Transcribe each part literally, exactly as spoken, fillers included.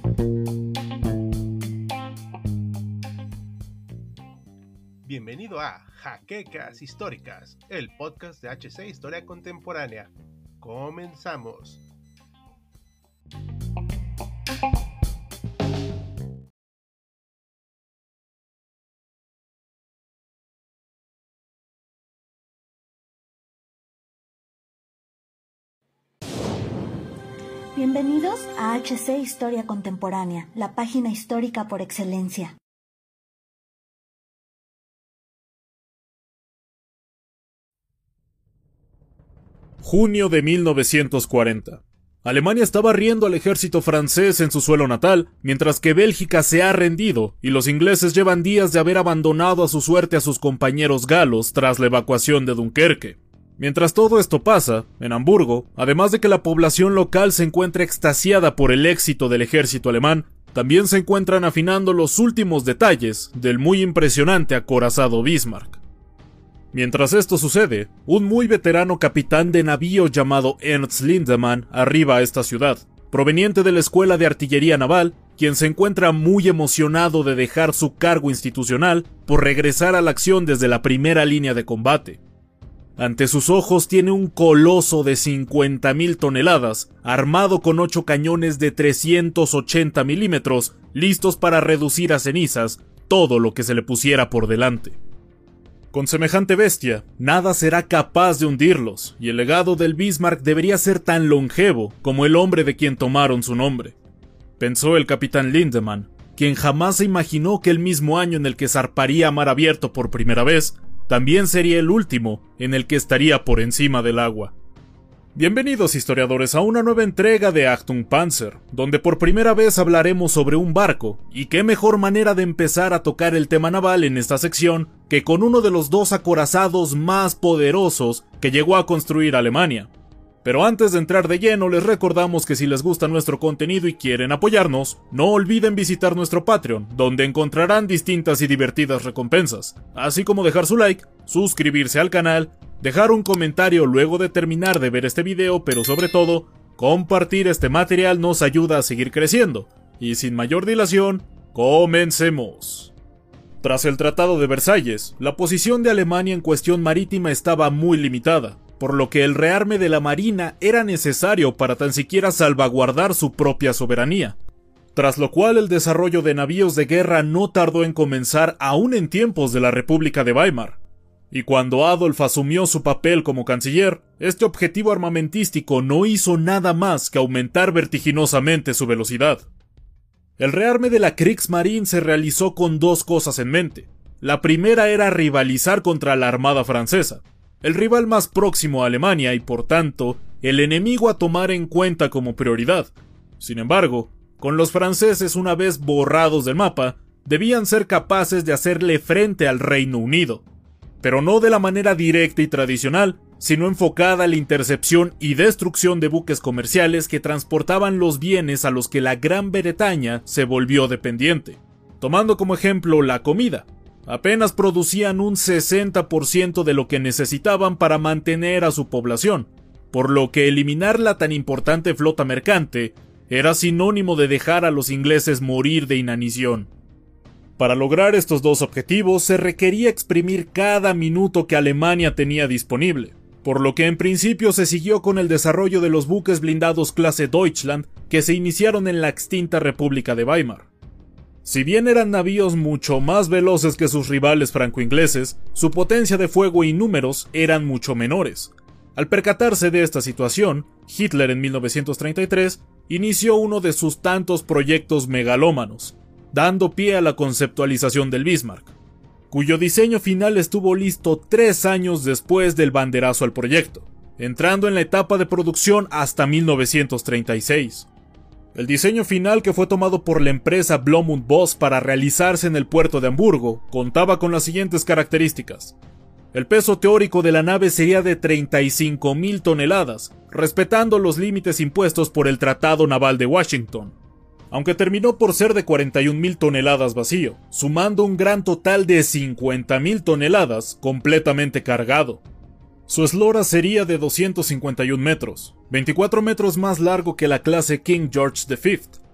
Bienvenido a Jaquecas Históricas, el podcast de H C Historia Contemporánea. Comenzamos. Bienvenidos a H C Historia Contemporánea, la página histórica por excelencia. Junio de mil novecientos cuarenta. Alemania está barriendo al ejército francés en su suelo natal, mientras que Bélgica se ha rendido y los ingleses llevan días de haber abandonado a su suerte a sus compañeros galos tras la evacuación de Dunkerque. Mientras todo esto pasa, en Hamburgo, además de que la población local se encuentra extasiada por el éxito del ejército alemán, también se encuentran afinando los últimos detalles del muy impresionante acorazado Bismarck. Mientras esto sucede, un muy veterano capitán de navío llamado Ernst Lindemann arriba a esta ciudad, proveniente de la Escuela de Artillería Naval, quien se encuentra muy emocionado de dejar su cargo institucional por regresar a la acción desde la primera línea de combate. Ante sus ojos tiene un coloso de cincuenta mil toneladas, armado con ocho cañones de trescientos ochenta milímetros, listos para reducir a cenizas todo lo que se le pusiera por delante. Con semejante bestia, nada será capaz de hundirlos, y el legado del Bismarck debería ser tan longevo como el hombre de quien tomaron su nombre. Pensó el capitán Lindemann, quien jamás se imaginó que el mismo año en el que zarparía a mar abierto por primera vez, también sería el último en el que estaría por encima del agua. Bienvenidos historiadores a una nueva entrega de Achtung Panzer, donde por primera vez hablaremos sobre un barco, y qué mejor manera de empezar a tocar el tema naval en esta sección que con uno de los dos acorazados más poderosos que llegó a construir Alemania. Pero antes de entrar de lleno, les recordamos que si les gusta nuestro contenido y quieren apoyarnos, no olviden visitar nuestro Patreon, donde encontrarán distintas y divertidas recompensas, así como dejar su like, suscribirse al canal, dejar un comentario luego de terminar de ver este video, pero sobre todo, compartir este material nos ayuda a seguir creciendo. Y sin mayor dilación, comencemos. Tras el Tratado de Versalles, la posición de Alemania en cuestión marítima estaba muy limitada, por lo que el rearme de la marina era necesario para tan siquiera salvaguardar su propia soberanía, tras lo cual el desarrollo de navíos de guerra no tardó en comenzar aún en tiempos de la República de Weimar. Y cuando Adolf asumió su papel como canciller, este objetivo armamentístico no hizo nada más que aumentar vertiginosamente su velocidad. El rearme de la Kriegsmarine se realizó con dos cosas en mente. La primera era rivalizar contra la Armada francesa, el rival más próximo a Alemania y por tanto, el enemigo a tomar en cuenta como prioridad. Sin embargo, con los franceses una vez borrados del mapa, debían ser capaces de hacerle frente al Reino Unido. Pero no de la manera directa y tradicional, sino enfocada a la intercepción y destrucción de buques comerciales que transportaban los bienes a los que la Gran Bretaña se volvió dependiente. Tomando como ejemplo la comida. Apenas producían un sesenta por ciento de lo que necesitaban para mantener a su población, por lo que eliminar la tan importante flota mercante era sinónimo de dejar a los ingleses morir de inanición. Para lograr estos dos objetivos se requería exprimir cada minuto que Alemania tenía disponible, por lo que en principio se siguió con el desarrollo de los buques blindados clase Deutschland que se iniciaron en la extinta República de Weimar. Si bien eran navíos mucho más veloces que sus rivales franco-ingleses, su potencia de fuego y números eran mucho menores. Al percatarse de esta situación, Hitler en mil novecientos treinta y tres inició uno de sus tantos proyectos megalómanos, dando pie a la conceptualización del Bismarck, cuyo diseño final estuvo listo tres años después del banderazo al proyecto, entrando en la etapa de producción hasta mil novecientos treinta y seis. El diseño final, que fue tomado por la empresa Blohm und Voss para realizarse en el puerto de Hamburgo, contaba con las siguientes características. El peso teórico de la nave sería de treinta y cinco mil toneladas, respetando los límites impuestos por el Tratado Naval de Washington, aunque terminó por ser de cuarenta y un mil toneladas vacío, sumando un gran total de cincuenta mil toneladas completamente cargado. Su eslora sería de doscientos cincuenta y un metros, veinticuatro metros más largo que la clase King George the Fifth,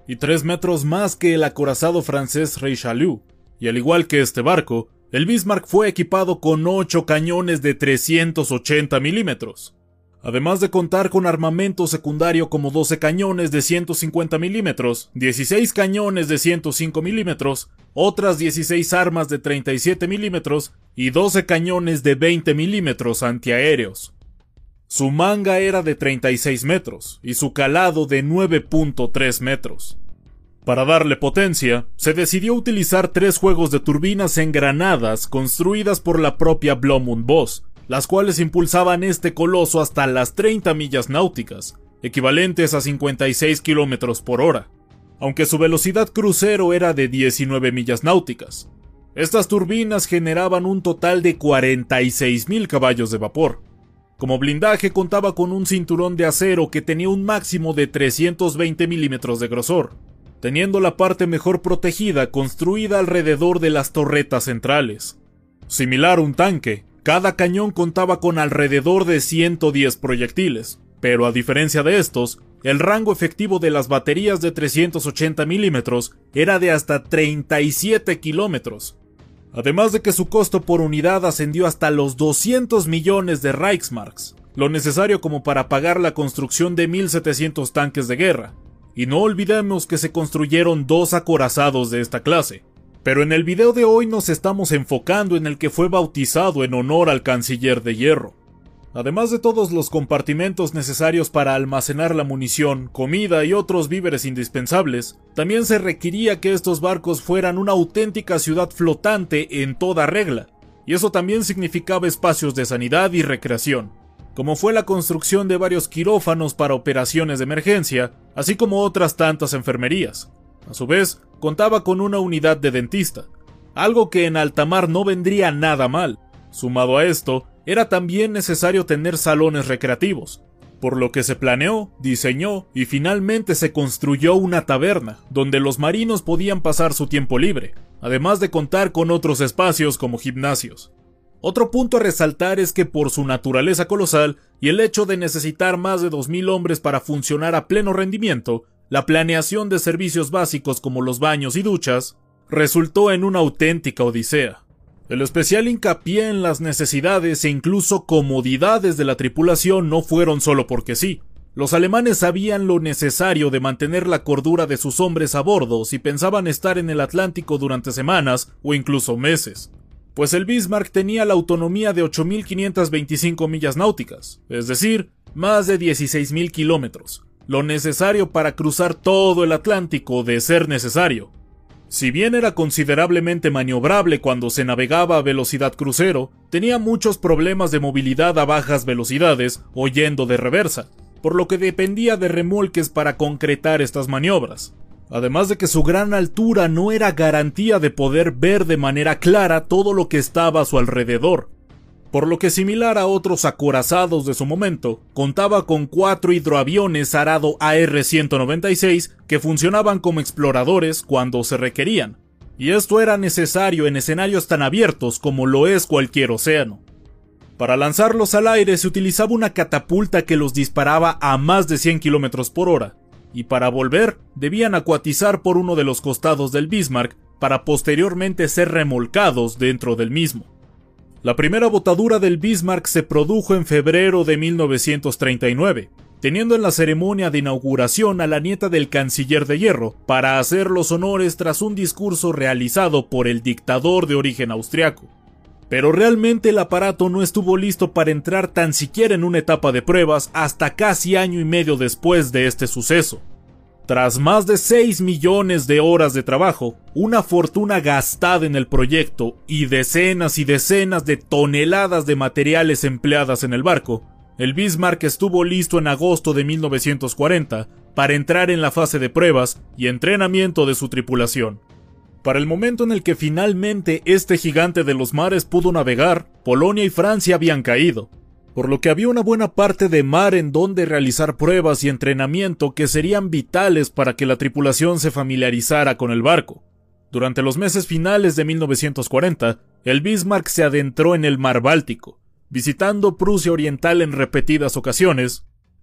y tres metros más que el acorazado francés Richelieu, y al igual que este barco, el Bismarck fue equipado con ocho cañones de trescientos ochenta milímetros. Además de contar con armamento secundario como doce cañones de ciento cincuenta milímetros, dieciséis cañones de ciento cinco milímetros, otras dieciséis armas de treinta y siete milímetros y doce cañones de veinte milímetros antiaéreos. Su manga era de treinta y seis metros y su calado de nueve punto tres metros. Para darle potencia, se decidió utilizar tres juegos de turbinas engranadas construidas por la propia Blohm und Voss, las cuales impulsaban este coloso hasta las treinta millas náuticas, equivalentes a cincuenta y seis kilómetros por hora, aunque su velocidad crucero era de diecinueve millas náuticas. Estas turbinas generaban un total de cuarenta y seis mil caballos de vapor. Como blindaje contaba con un cinturón de acero que tenía un máximo de trescientos veinte milímetros de grosor, teniendo la parte mejor protegida construida alrededor de las torretas centrales. Similar a un tanque, cada cañón contaba con alrededor de ciento diez proyectiles, pero a diferencia de estos, el rango efectivo de las baterías de trescientos ochenta milímetros era de hasta treinta y siete kilómetros. Además de que su costo por unidad ascendió hasta los doscientos millones de Reichsmarks, lo necesario como para pagar la construcción de mil setecientos tanques de guerra. Y no olvidemos que se construyeron dos acorazados de esta clase. Pero en el video de hoy nos estamos enfocando en el que fue bautizado en honor al canciller de hierro. Además de todos los compartimentos necesarios para almacenar la munición, comida y otros víveres indispensables, también se requería que estos barcos fueran una auténtica ciudad flotante en toda regla, y eso también significaba espacios de sanidad y recreación, como fue la construcción de varios quirófanos para operaciones de emergencia, así como otras tantas enfermerías. A su vez, contaba con una unidad de dentista, algo que en alta mar no vendría nada mal. Sumado a esto, era también necesario tener salones recreativos, por lo que se planeó, diseñó y finalmente se construyó una taberna, donde los marinos podían pasar su tiempo libre, además de contar con otros espacios como gimnasios. Otro punto a resaltar es que por su naturaleza colosal y el hecho de necesitar más de dos mil hombres para funcionar a pleno rendimiento, la planeación de servicios básicos como los baños y duchas resultó en una auténtica odisea. El especial hincapié en las necesidades e incluso comodidades de la tripulación no fueron solo porque sí. Los alemanes sabían lo necesario de mantener la cordura de sus hombres a bordo si pensaban estar en el Atlántico durante semanas o incluso meses, pues el Bismarck tenía la autonomía de ocho mil quinientas veinticinco millas náuticas, es decir, más de dieciséis mil kilómetros, lo necesario para cruzar todo el Atlántico de ser necesario. Si bien era considerablemente maniobrable cuando se navegaba a velocidad crucero, tenía muchos problemas de movilidad a bajas velocidades o yendo de reversa, por lo que dependía de remolques para concretar estas maniobras. Además de que su gran altura no era garantía de poder ver de manera clara todo lo que estaba a su alrededor, por lo que similar a otros acorazados de su momento, contaba con cuatro hidroaviones Arado A R ciento noventa y seis que funcionaban como exploradores cuando se requerían, y esto era necesario en escenarios tan abiertos como lo es cualquier océano. Para lanzarlos al aire se utilizaba una catapulta que los disparaba a más de cien kilómetros por hora, y para volver debían acuatizar por uno de los costados del Bismarck para posteriormente ser remolcados dentro del mismo. La primera botadura del Bismarck se produjo en febrero de mil novecientos treinta y nueve, teniendo en la ceremonia de inauguración a la nieta del canciller de hierro para hacer los honores tras un discurso realizado por el dictador de origen austriaco. Pero realmente el aparato no estuvo listo para entrar tan siquiera en una etapa de pruebas hasta casi año y medio después de este suceso. Tras más de seis millones de horas de trabajo, una fortuna gastada en el proyecto y decenas y decenas de toneladas de materiales empleadas en el barco, el Bismarck estuvo listo en agosto de mil novecientos cuarenta para entrar en la fase de pruebas y entrenamiento de su tripulación. Para el momento en el que finalmente este gigante de los mares pudo navegar, Polonia y Francia habían caído, por lo que había una buena parte de mar en donde realizar pruebas y entrenamiento que serían vitales para que la tripulación se familiarizara con el barco. Durante los meses finales de mil novecientos cuarenta, el Bismarck se adentró en el mar Báltico, visitando Prusia Oriental en repetidas ocasiones,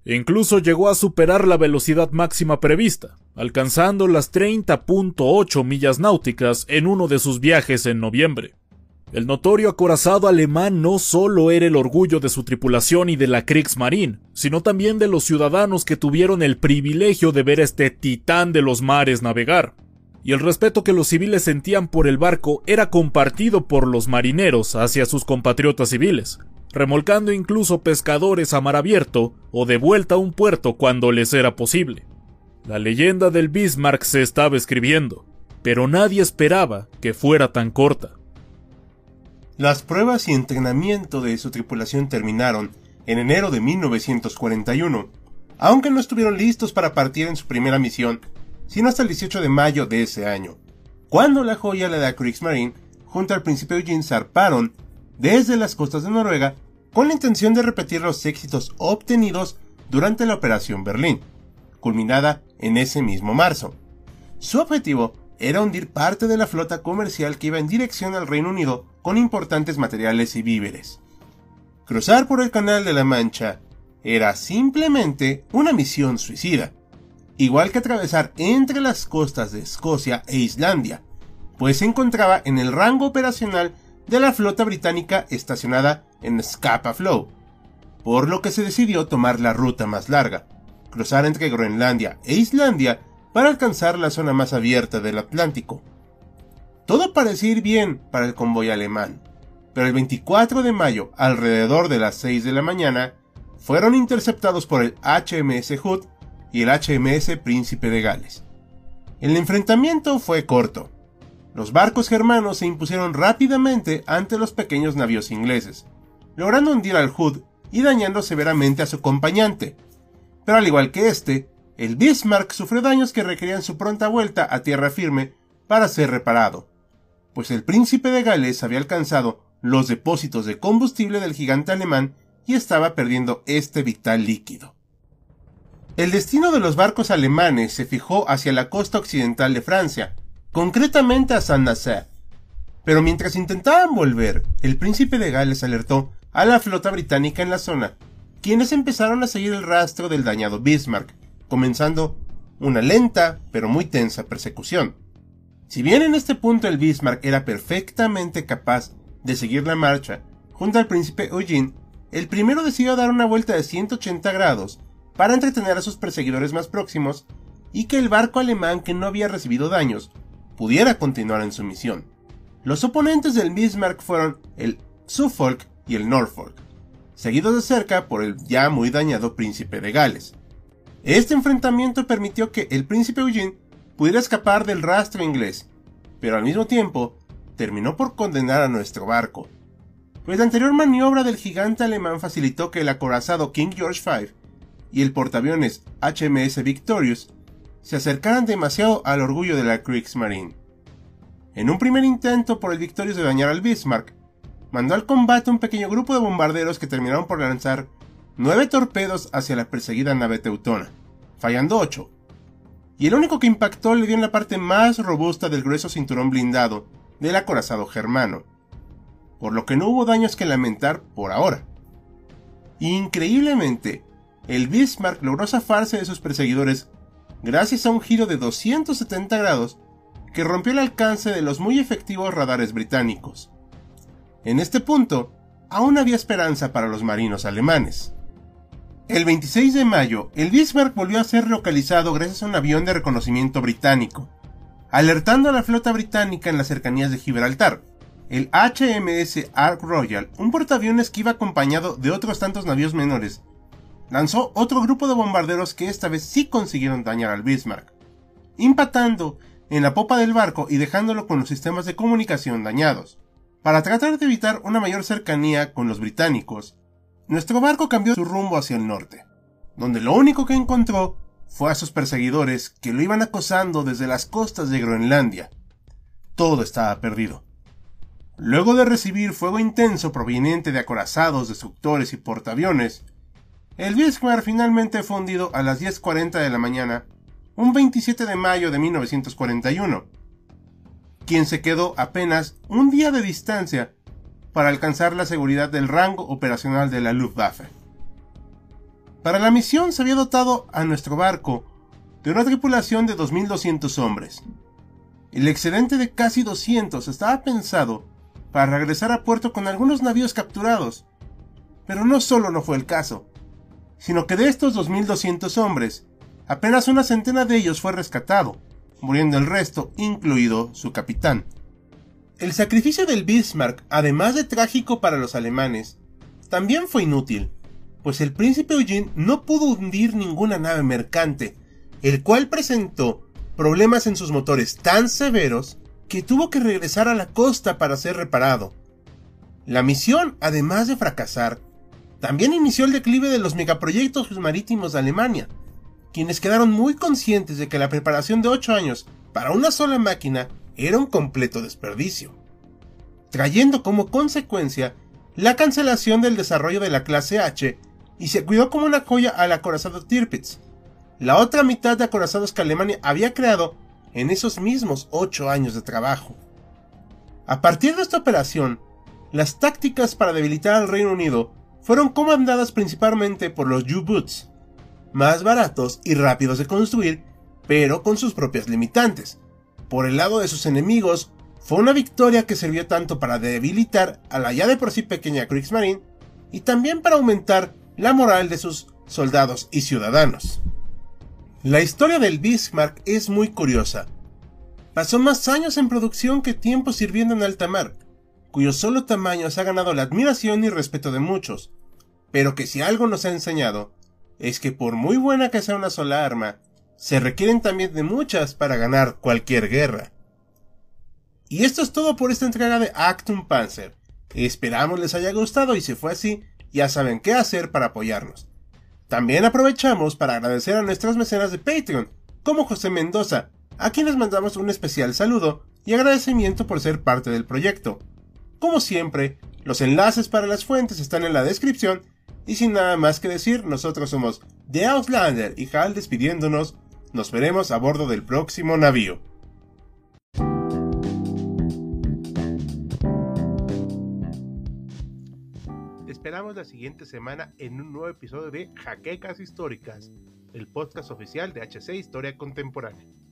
e incluso llegó a superar la velocidad máxima prevista, alcanzando las treinta punto ocho millas náuticas en uno de sus viajes en noviembre. El notorio acorazado alemán no solo era el orgullo de su tripulación y de la Kriegsmarine, sino también de los ciudadanos que tuvieron el privilegio de ver a este titán de los mares navegar. Y el respeto que los civiles sentían por el barco era compartido por los marineros hacia sus compatriotas civiles, remolcando incluso pescadores a mar abierto o de vuelta a un puerto cuando les era posible. La leyenda del Bismarck se estaba escribiendo, pero nadie esperaba que fuera tan corta. Las pruebas y entrenamiento de su tripulación terminaron en enero de mil novecientos cuarenta y uno, aunque no estuvieron listos para partir en su primera misión, sino hasta el dieciocho de mayo de ese año, cuando la joya de la Kriegsmarine, junto al príncipe Eugene, zarparon desde las costas de Noruega con la intención de repetir los éxitos obtenidos durante la Operación Berlín, culminada en ese mismo marzo. Su objetivo era hundir parte de la flota comercial que iba en dirección al Reino Unido con importantes materiales y víveres. Cruzar por el Canal de la Mancha era simplemente una misión suicida, igual que atravesar entre las costas de Escocia e Islandia, pues se encontraba en el rango operacional de la flota británica estacionada en Scapa Flow, por lo que se decidió tomar la ruta más larga, cruzar entre Groenlandia e Islandia para alcanzar la zona más abierta del Atlántico. Todo parecía ir bien para el convoy alemán, pero el veinticuatro de mayo, alrededor de las seis de la mañana, fueron interceptados por el H M S Hood y el H M S Príncipe de Gales. El enfrentamiento fue corto. Los barcos germanos se impusieron rápidamente ante los pequeños navíos ingleses, logrando hundir al Hood y dañando severamente a su acompañante. Pero al igual que este, el Bismarck sufrió daños que requerían su pronta vuelta a tierra firme para ser reparado, pues el Príncipe de Gales había alcanzado los depósitos de combustible del gigante alemán y estaba perdiendo este vital líquido. El destino de los barcos alemanes se fijó hacia la costa occidental de Francia, concretamente a Saint-Nazaire. Pero mientras intentaban volver, el Príncipe de Gales alertó a la flota británica en la zona, quienes empezaron a seguir el rastro del dañado Bismarck, comenzando una lenta pero muy tensa persecución. Si bien en este punto el Bismarck era perfectamente capaz de seguir la marcha junto al príncipe Eugene, el primero decidió dar una vuelta de ciento ochenta grados para entretener a sus perseguidores más próximos y que el barco alemán, que no había recibido daños, pudiera continuar en su misión. Los oponentes del Bismarck fueron el Suffolk y el Norfolk, seguidos de cerca por el ya muy dañado Príncipe de Gales. Este enfrentamiento permitió que el príncipe Eugene pudiera escapar del rastro inglés, pero al mismo tiempo terminó por condenar a nuestro barco, pues la anterior maniobra del gigante alemán facilitó que el acorazado King George cinco y el portaaviones H M S Victorious se acercaran demasiado al orgullo de la Kriegsmarine. En un primer intento por el Victorious de dañar al Bismarck, mandó al combate un pequeño grupo de bombarderos que terminaron por lanzar nueve torpedos hacia la perseguida nave teutona, fallando ocho, y el único que impactó le dio en la parte más robusta del grueso cinturón blindado del acorazado germano, por lo que no hubo daños que lamentar por ahora. Increíblemente, el Bismarck logró zafarse de sus perseguidores gracias a un giro de doscientos setenta grados que rompió el alcance de los muy efectivos radares británicos. En este punto, aún había esperanza para los marinos alemanes. El veintiséis de mayo, el Bismarck volvió a ser localizado gracias a un avión de reconocimiento británico, alertando a la flota británica en las cercanías de Gibraltar. El H M S Ark Royal, un portaaviones que iba acompañado de otros tantos navíos menores, lanzó otro grupo de bombarderos que esta vez sí consiguieron dañar al Bismarck, impactando en la popa del barco y dejándolo con los sistemas de comunicación dañados. Para tratar de evitar una mayor cercanía con los británicos, nuestro barco cambió su rumbo hacia el norte, donde lo único que encontró fue a sus perseguidores que lo iban acosando desde las costas de Groenlandia. Todo estaba perdido. Luego de recibir fuego intenso proveniente de acorazados, destructores y portaaviones, el Bismarck finalmente fue hundido a las diez cuarenta de la mañana, un veintisiete de mayo de mil novecientos cuarenta y uno, quien se quedó apenas un día de distancia para alcanzar la seguridad del rango operacional de la Luftwaffe. Para la misión se había dotado a nuestro barco de una tripulación de dos mil doscientos hombres. El excedente de casi doscientos estaba pensado para regresar a puerto con algunos navíos capturados, pero no solo no fue el caso, sino que de estos dos mil doscientos hombres, apenas una centena de ellos fue rescatado, muriendo el resto, incluido su capitán. El sacrificio del Bismarck, además de trágico para los alemanes, también fue inútil, pues el príncipe Eugene no pudo hundir ninguna nave mercante, el cual presentó problemas en sus motores tan severos que tuvo que regresar a la costa para ser reparado. La misión, además de fracasar, también inició el declive de los megaproyectos marítimos de Alemania, quienes quedaron muy conscientes de que la preparación de ocho años para una sola máquina era un completo desperdicio, trayendo como consecuencia la cancelación del desarrollo de la clase H y se cuidó como una joya al acorazado Tirpitz, la otra mitad de acorazados que Alemania había creado en esos mismos ocho años de trabajo. A partir de esta operación, las tácticas para debilitar al Reino Unido fueron comandadas principalmente por los U-Boots, más baratos y rápidos de construir, pero con sus propias limitantes. Por el lado de sus enemigos, fue una victoria que sirvió tanto para debilitar a la ya de por sí pequeña Kriegsmarine y también para aumentar la moral de sus soldados y ciudadanos. La historia del Bismarck es muy curiosa. Pasó más años en producción que tiempo sirviendo en alta mar, cuyo solo tamaño se ha ganado la admiración y respeto de muchos, pero que si algo nos ha enseñado, es que por muy buena que sea una sola arma, se requieren también de muchas para ganar cualquier guerra. Y esto es todo por esta entrega de Achtung Panzer. Esperamos les haya gustado y si fue así, ya saben qué hacer para apoyarnos. También aprovechamos para agradecer a nuestras mecenas de Patreon, como José Mendoza, a quienes mandamos un especial saludo y agradecimiento por ser parte del proyecto. Como siempre, los enlaces para las fuentes están en la descripción, y sin nada más que decir, nosotros somos The Outlander y Hal despidiéndonos, nos veremos a bordo del próximo navío. Esperamos la siguiente semana en un nuevo episodio de Jaquecas Históricas, el podcast oficial de H C Historia Contemporánea.